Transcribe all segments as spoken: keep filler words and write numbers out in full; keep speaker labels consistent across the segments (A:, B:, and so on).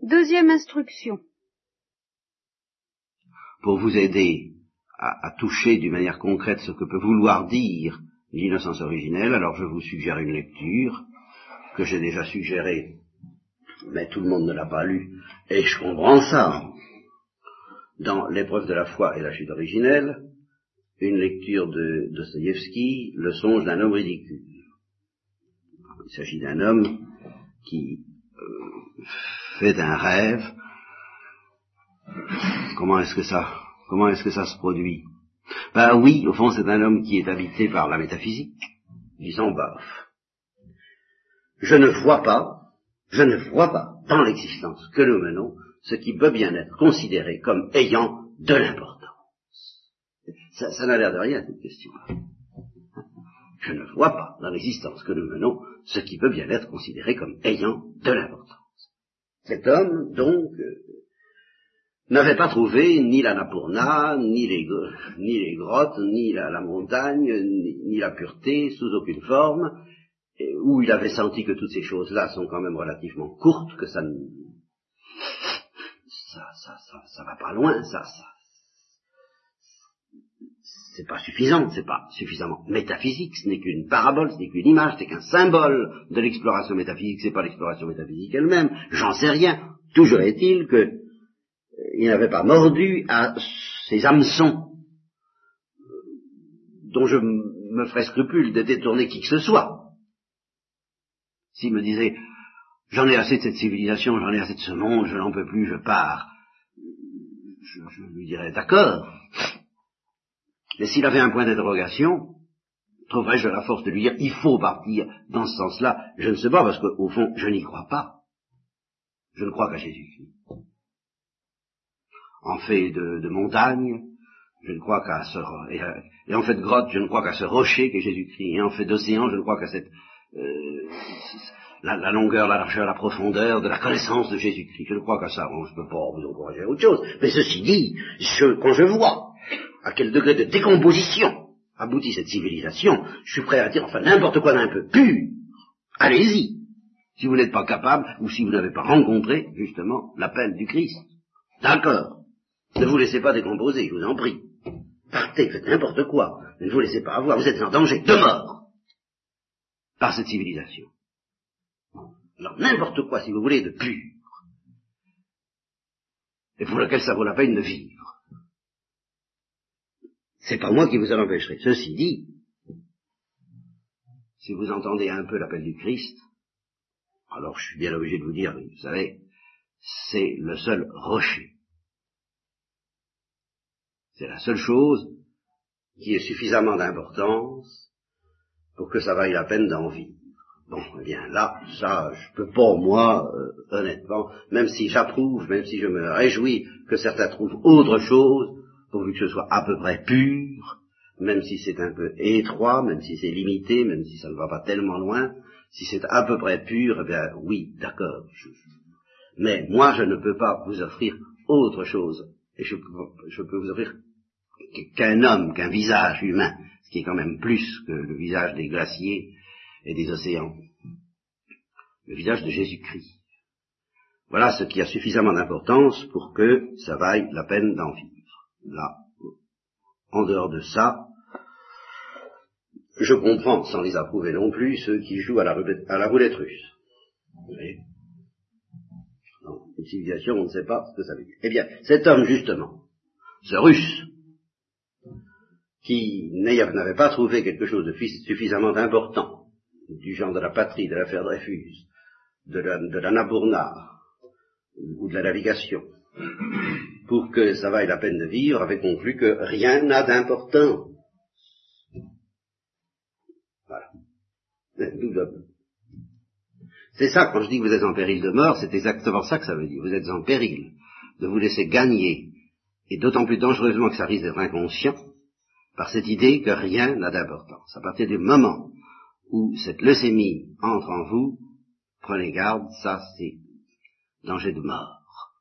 A: Deuxième instruction.
B: Pour vous aider à, à toucher d'une manière concrète ce que peut vouloir dire l'innocence originelle, alors je vous suggère une lecture que j'ai déjà suggérée, mais tout le monde ne l'a pas lu, et je comprends ça. Dans L'épreuve de la foi et la chute originelle, une lecture de Dostoïevski, Le songe d'un homme ridicule. Il s'agit d'un homme qui euh, fait un rêve. Comment est-ce que ça, comment est-ce que ça se produit? Ben oui, au fond, c'est un homme qui est habité par la métaphysique, disant, bah, je ne vois pas, je ne vois pas dans l'existence que nous menons ce qui peut bien être considéré comme ayant de l'importance. Ça, ça n'a l'air de rien, cette question-là. Je ne vois pas dans l'existence que nous menons ce qui peut bien être considéré comme ayant de l'importance. Cet homme, donc, euh, n'avait pas trouvé ni l'Annapurna, ni les, ni les grottes, ni la, la montagne, ni, ni la pureté, sous aucune forme, et où il avait senti que toutes ces choses-là sont quand même relativement courtes, que ça ne... ça, ça, ça, ça va pas loin, ça, ça... c'est pas suffisant, c'est pas suffisamment métaphysique, ce n'est qu'une parabole, ce n'est qu'une image, c'est qu'un symbole de l'exploration métaphysique, c'est pas l'exploration métaphysique elle-même, j'en sais rien. Toujours est-il que euh, il n'avait pas mordu à ces hameçons dont je me ferais scrupule de détourner qui que ce soit. S'il me disait, j'en ai assez de cette civilisation, j'en ai assez de ce monde, je n'en peux plus, je pars, je, je lui dirais d'accord. Mais s'il avait un point d'interrogation, trouverais-je la force de lui dire, il faut partir dans ce sens-là. Je ne sais pas, parce qu'au fond, je n'y crois pas. Je ne crois qu'à Jésus-Christ. En fait de, de montagne, je ne crois qu'à ce... Et, et en fait de grotte, je ne crois qu'à ce rocher qu'est Jésus-Christ. Et en fait d'océan, je ne crois qu'à cette... Euh, la, la longueur, la largeur, la profondeur de la connaissance de Jésus-Christ. Je ne crois qu'à ça. Bon, je ne peux pas vous encourager à autre chose. Mais ceci dit, je, quand je vois à quel degré de décomposition aboutit cette civilisation, je suis prêt à dire, enfin, n'importe quoi d'un peu pur, allez-y, si vous n'êtes pas capable, ou si vous n'avez pas rencontré, justement, l'appel du Christ. D'accord. Ne vous laissez pas décomposer, je vous en prie. Partez, faites n'importe quoi, mais ne vous laissez pas avoir, vous êtes en danger de mort par cette civilisation. Alors, n'importe quoi, si vous voulez, de pur, et pour lequel ça vaut la peine de vivre. C'est pas moi qui vous en empêcherai. Ceci dit, si vous entendez un peu l'appel du Christ, alors je suis bien obligé de vous dire, vous savez, c'est le seul rocher. C'est la seule chose qui ait suffisamment d'importance pour que ça vaille la peine d'en vivre. Bon, eh bien là, ça, je peux pas, moi, euh, honnêtement, même si j'approuve, même si je me réjouis que certains trouvent autre chose, pourvu que ce soit à peu près pur, même si c'est un peu étroit, même si c'est limité, même si ça ne va pas tellement loin, si c'est à peu près pur, eh bien oui, d'accord. Je, je... Mais moi, je ne peux pas vous offrir autre chose. Et je, je peux vous offrir qu'un homme, qu'un visage humain, ce qui est quand même plus que le visage des glaciers et des océans. Le visage de Jésus-Christ. Voilà ce qui a suffisamment d'importance pour que ça vaille la peine d'en vivre. Là, en dehors de ça, je comprends, sans les approuver non plus, ceux qui jouent à la roulette, à la roulette russe. Vous voyez ? Non, une civilisation, on ne sait pas ce que ça veut dire. Eh bien, cet homme, justement, ce russe, qui n'avait pas trouvé quelque chose de suffisamment important, du genre de la patrie, de l'affaire Dreyfus, de la, de l'Annapurna, ou de la navigation, pour que ça vaille la peine de vivre, avait conclu que rien n'a d'important. Voilà. C'est ça, quand je dis que vous êtes en péril de mort, c'est exactement ça que ça veut dire. Vous êtes en péril de vous laisser gagner, et d'autant plus dangereusement que ça risque d'être inconscient, par cette idée que rien n'a d'importance. À partir du moment où cette leucémie entre en vous, prenez garde, ça c'est danger de mort.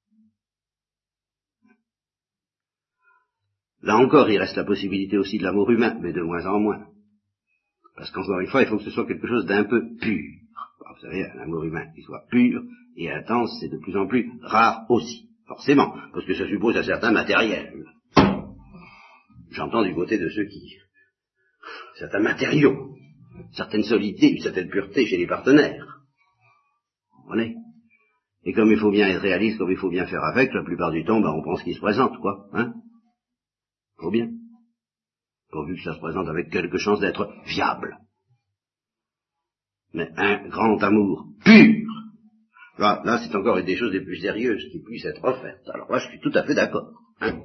B: Là encore, il reste la possibilité aussi de l'amour humain, mais de moins en moins. Parce qu'encore une fois, il faut que ce soit quelque chose d'un peu pur. Vous savez, un amour humain qui soit pur et intense, c'est de plus en plus rare aussi, forcément, parce que ça suppose un certain matériel. J'entends du côté de ceux qui... certains matériaux, certaines solidités, une certaine pureté chez les partenaires. Vous comprenez? Et comme il faut bien être réaliste, comme il faut bien faire avec, la plupart du temps, ben, on pense qu'il se présente, quoi, hein? Faut bien. Pourvu que ça se présente avec quelque chance d'être viable. Mais un grand amour pur, là, là c'est encore une des choses les plus sérieuses qui puissent être offertes. Alors là, je suis tout à fait d'accord, hein?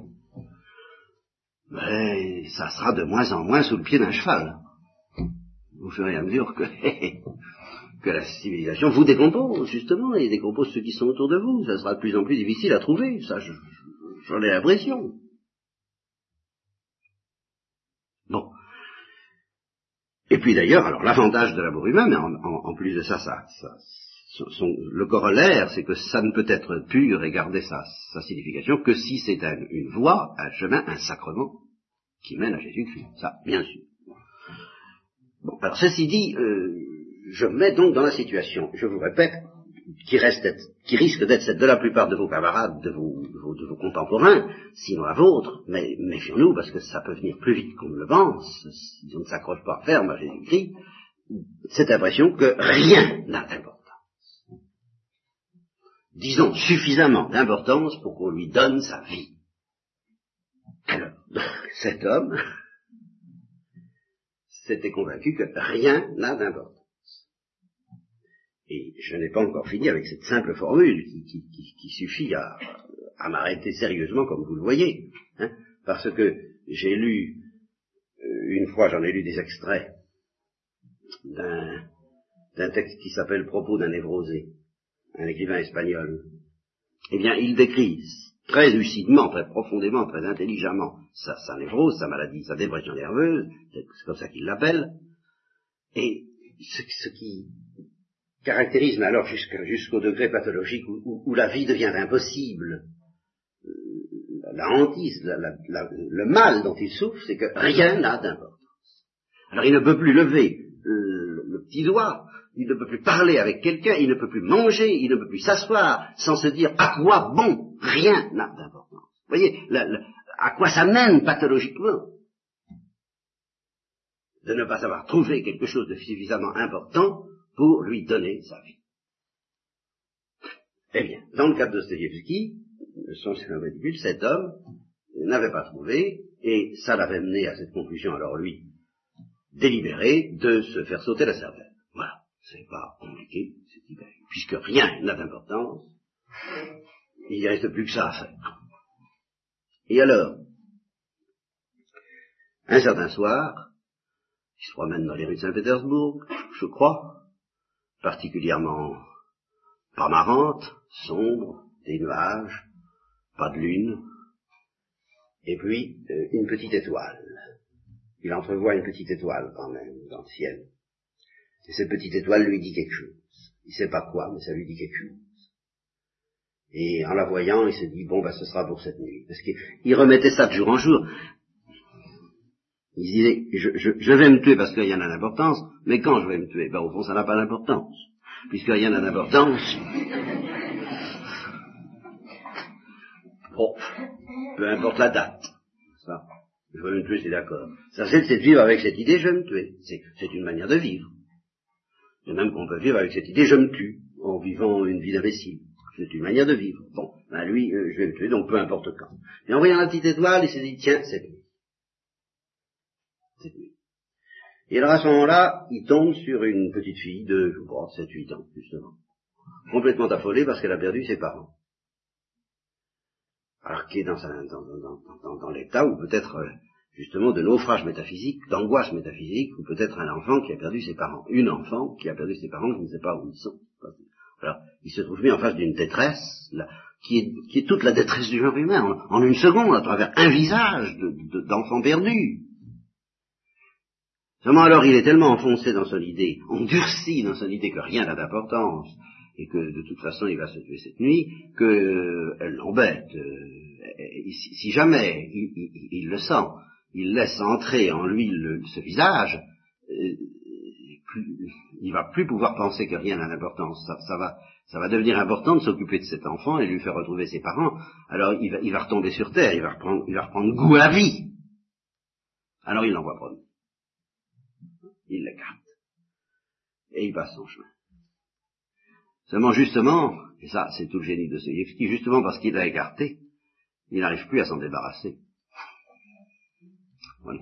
B: Mais ça sera de moins en moins sous le pied d'un cheval. Au fur et à mesure que, que la civilisation vous décompose, justement, et décompose ceux qui sont autour de vous. Ça sera de plus en plus difficile à trouver, ça, je, j'en ai l'impression. Bon. Et puis d'ailleurs, alors l'avantage de l'amour humain, mais en, en, en plus de ça, ça, ça son, le corollaire, c'est que ça ne peut être pur et garder sa, sa signification que si c'est un, une voie, un chemin, un sacrement qui mène à Jésus-Christ. Ça, bien sûr. Bon, alors ceci dit, euh, je me mets donc dans la situation, je vous répète, qui, reste être, qui risque d'être celle de la plupart de vos camarades, de vos, de vos, de vos contemporains, sinon la vôtre, mais méfions-nous, parce que ça peut venir plus vite qu'on ne le pense, si on ne s'accroche pas ferme à Jésus-Christ, cette impression que rien n'a d'importance. Disons suffisamment d'importance pour qu'on lui donne sa vie. Alors, cet homme s'était convaincu que rien n'a d'importance. Et je n'ai pas encore fini avec cette simple formule qui, qui, qui, qui suffit à, à m'arrêter sérieusement, comme vous le voyez, hein, parce que j'ai lu, euh, une fois j'en ai lu des extraits d'un, d'un texte qui s'appelle Propos d'un névrosé, un écrivain espagnol. Eh bien, il décrit très lucidement, très profondément, très intelligemment sa, sa névrose, sa maladie, sa dépression nerveuse, c'est comme ça qu'il l'appelle, et ce, ce qui caractérise, mais alors jusqu'à, jusqu'au degré pathologique où, où, où la vie devient impossible, la hantise, la, la, la, le mal dont il souffre, c'est que rien n'a d'importance. Alors il ne peut plus lever le, le petit doigt, il ne peut plus parler avec quelqu'un, il ne peut plus manger, il ne peut plus s'asseoir sans se dire à quoi bon, rien n'a d'importance. Vous voyez, la, la, à quoi ça mène pathologiquement de ne pas avoir trouvé quelque chose de suffisamment important pour lui donner sa vie. Eh bien, dans le cas de Dostoïevski, son ridicule, cet homme n'avait pas trouvé, et ça l'avait mené à cette conclusion, alors lui, délibéré, de se faire sauter la cervelle. Voilà, c'est pas compliqué, c'est idéal. Puisque rien n'a d'importance, il ne reste plus que ça à faire. Et alors, un certain soir, il se promène dans les rues de Saint-Pétersbourg, je crois, particulièrement pas marrante, sombre, des nuages, pas de lune, et puis euh, une petite étoile. Il entrevoit une petite étoile quand même dans le ciel. Et cette petite étoile lui dit quelque chose. Il ne sait pas quoi, mais ça lui dit quelque chose. Et en la voyant, il se dit, bon, ben ce sera pour cette nuit. Parce qu'il remettait ça de jour en jour. Il disait, je, je, je vais me tuer parce qu'il y en a d'importance, mais quand je vais me tuer, ben au fond ça n'a pas d'importance. Puisqu'il y en a d'importance, bon, peu importe la date. Ça, je vais me tuer, c'est d'accord. Ça c'est, c'est de vivre avec cette idée, je vais me tuer. C'est, c'est une manière de vivre. Et même qu'on peut vivre avec cette idée, je me tue, en vivant une vie d'imbécile. C'est une manière de vivre. Bon, ben lui, euh, je vais me tuer, donc peu importe quand. Et en voyant la petite étoile, il s'est dit, tiens, cette nuit. Cette nuit. Et alors à ce moment-là, il tombe sur une petite fille de, je crois, sept huit ans, justement. Complètement affolée parce qu'elle a perdu ses parents. Alors qui est dans, un, dans, dans, dans, dans l'état où peut-être, euh, justement, de naufrage métaphysique, d'angoisse métaphysique, ou peut-être un enfant qui a perdu ses parents. Une enfant qui a perdu ses parents, qui ne sait pas où ils sont. Alors, il se trouve mis en face d'une détresse, là, qui, est, qui est toute la détresse du genre humain, en, en une seconde, à travers un visage de, de, d'enfant perdu. Seulement alors, il est tellement enfoncé dans son idée, endurci dans son idée que rien n'a d'importance, et que de toute façon il va se tuer cette nuit, qu'elle l'embête. Si, si jamais il, il, il le sent, il laisse entrer en lui le, ce visage, euh, plus, il va plus pouvoir penser que rien n'a d'importance. Ça, ça va, ça va devenir important de s'occuper de cet enfant et de lui faire retrouver ses parents. Alors il va, il va retomber sur terre, il va reprendre, il va reprendre goût à la vie. Alors il l'envoie promener. Il l'écarte. Et il passe son chemin. Seulement justement, et ça c'est tout le génie de Dostoïevski, justement parce qu'il l'a écarté, il n'arrive plus à s'en débarrasser. Voilà.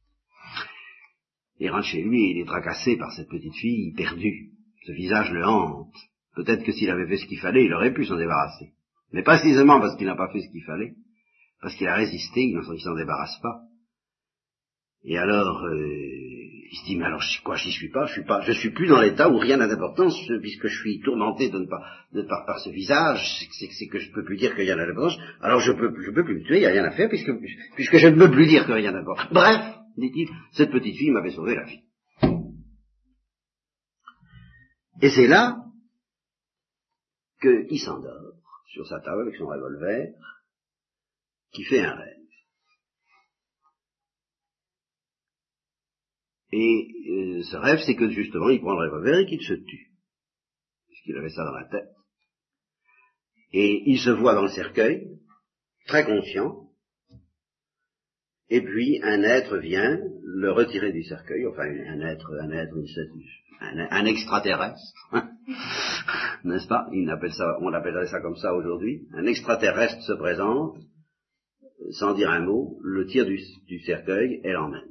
B: Il rentre chez lui et il est tracassé par cette petite fille perdue. Ce visage le hante. Peut-être que s'il avait fait ce qu'il fallait, il aurait pu s'en débarrasser. Mais précisément parce qu'il n'a pas fait ce qu'il fallait, parce qu'il a résisté, il ne s'en débarrasse pas. Et alors, euh, il se dit, mais alors quoi, j'y suis pas, je suis pas, je suis plus dans l'état où rien n'a d'importance, puisque je suis tourmenté de ne pas, de par, par ce visage, c'est, c'est que je peux plus dire qu'il y en a d'importance, alors je peux, je peux plus me tuer, il n'y a rien à faire, puisque, puisque je ne peux plus dire que rien n'a d'importance. Bref, dit-il, cette petite fille m'avait sauvé la vie. Et c'est là qu'il s'endort sur sa table avec son revolver, qui fait un rêve. Et euh, ce rêve, c'est que justement, il prend le revolver et qu'il se tue, puisqu'il avait ça dans la tête. Et il se voit dans le cercueil, très conscient, et puis un être vient le retirer du cercueil, enfin un être, un être, un, un extraterrestre, n'est-ce pas? Il appelle ça, on appellerait ça comme ça aujourd'hui. Un extraterrestre se présente, sans dire un mot, le tire du, du cercueil et l'emmène.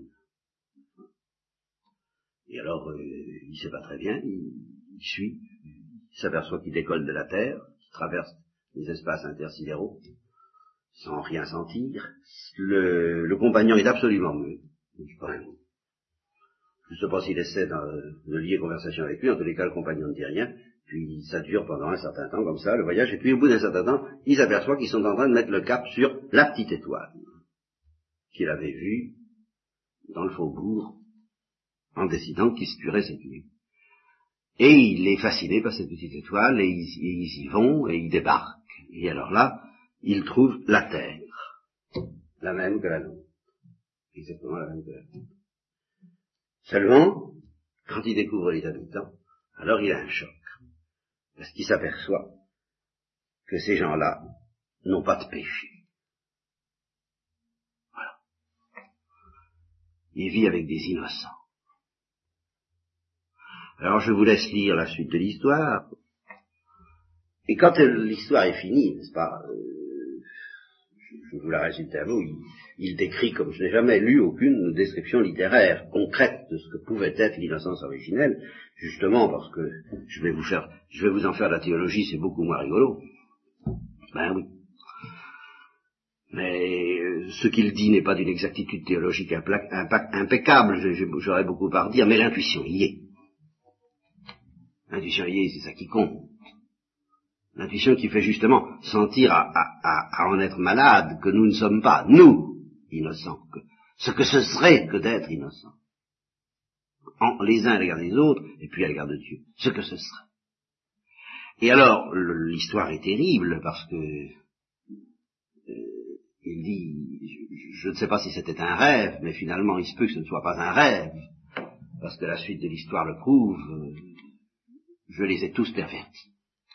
B: Et alors, euh, il sait pas très bien, il, il suit, il s'aperçoit qu'il décolle de la Terre, qu'il traverse les espaces intersidéraux, sans rien sentir. Le, le compagnon est absolument muet. Je ne sais pas s'il essaie de, de lier conversation avec lui, en tous les cas, le compagnon ne dit rien, puis ça dure pendant un certain temps, comme ça, le voyage, et puis au bout d'un certain temps, il s'aperçoit qu'ils sont en train de mettre le cap sur la petite étoile, qu'il avait vue dans le faubourg, en décidant qu'il se tuerait cette nuit. Et il est fasciné par cette petite étoile, et ils, et ils y vont, et ils débarquent. Et alors là, il trouve la Terre, la même que la nôtre. Exactement la même que la nôtre. Seulement, quand il découvre les habitants, alors il a un choc. Parce qu'il s'aperçoit que ces gens-là n'ont pas de péché. Voilà. Il vit avec des innocents. Alors je vous laisse lire la suite de l'histoire. Et quand l'histoire est finie, n'est-ce pas, euh, je vous la résulte à vous, il, il décrit, comme je n'ai jamais lu aucune description littéraire concrète de ce que pouvait être l'innocence originelle, justement parce que je vais vous faire, je vais vous en faire de la théologie, c'est beaucoup moins rigolo. Ben oui. Mais euh, ce qu'il dit n'est pas d'une exactitude théologique impeccable, j'aurais beaucoup à redire, mais l'intuition y est. L'intuition y est, c'est ça qui compte. L'intuition qui fait justement sentir à, à, à en être malade que nous ne sommes pas, nous, innocents, que, ce que ce serait que d'être innocent. En, les uns à l'égard des autres, et puis à l'égard de Dieu, ce que ce serait. Et alors, l'histoire est terrible, parce que, euh, il dit, je, je ne sais pas si c'était un rêve, mais finalement il se peut que ce ne soit pas un rêve, parce que la suite de l'histoire le prouve, euh, je les ai tous pervertis.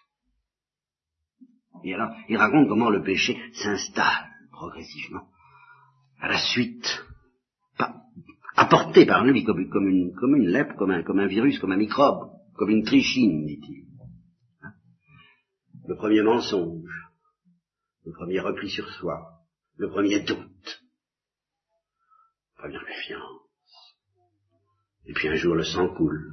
B: Et alors, il raconte comment le péché s'installe progressivement, à la suite, pas, apporté par lui comme, comme, une, comme une lèpre, comme un, comme un virus, comme un microbe, comme une trichine, dit-il. Hein? Le premier mensonge, le premier repli sur soi, le premier doute, la première méfiance, et puis un jour le sang coule.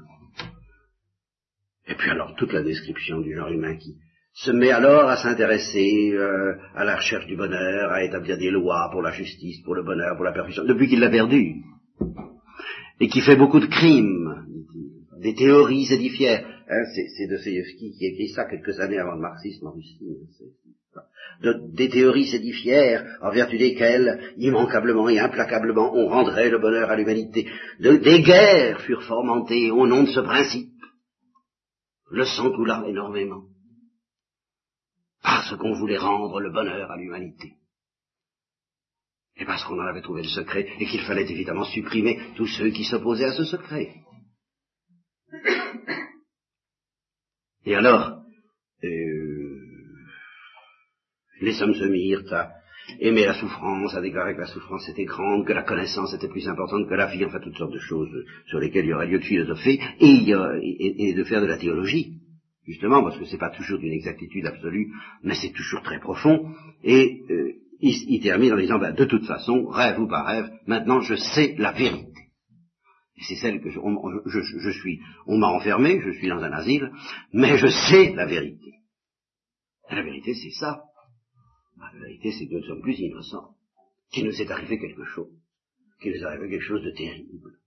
B: Et puis alors toute la description du genre humain qui se met alors à s'intéresser euh, à la recherche du bonheur, à établir des lois pour la justice, pour le bonheur, pour la perfection, depuis qu'il l'a perdu. Et qui fait beaucoup de crimes, des théories sédifières. Hein, c'est, c'est Dostoïevski qui écrit ça quelques années avant le marxisme en Russie. De, des théories sédifières en vertu desquelles, immanquablement et implacablement, on rendrait le bonheur à l'humanité. De, des guerres furent fomentées au nom de ce principe. Le sang coula énormément. Parce qu'on voulait rendre le bonheur à l'humanité. Et parce qu'on en avait trouvé le secret, et qu'il fallait évidemment supprimer tous ceux qui s'opposaient à ce secret. Et alors, euh, les hommes se mirent à aimer la souffrance, à déclarer que la souffrance était grande, que la connaissance était plus importante que la vie, enfin toutes sortes de choses sur lesquelles il y aurait lieu de philosopher et, et, et de faire de la théologie, justement, parce que c'est pas toujours d'une exactitude absolue, mais c'est toujours très profond, et euh, il, il termine en disant, ben, de toute façon, rêve ou pas rêve, maintenant je sais la vérité. Et c'est celle que je, on, je, je, je suis, on m'a enfermé, je suis dans un asile, mais je sais la vérité. Et la vérité, c'est ça. La vérité, c'est que nous ne sommes plus innocents, qu'il nous est arrivé quelque chose, qu'il nous est arrivé quelque chose de terrible.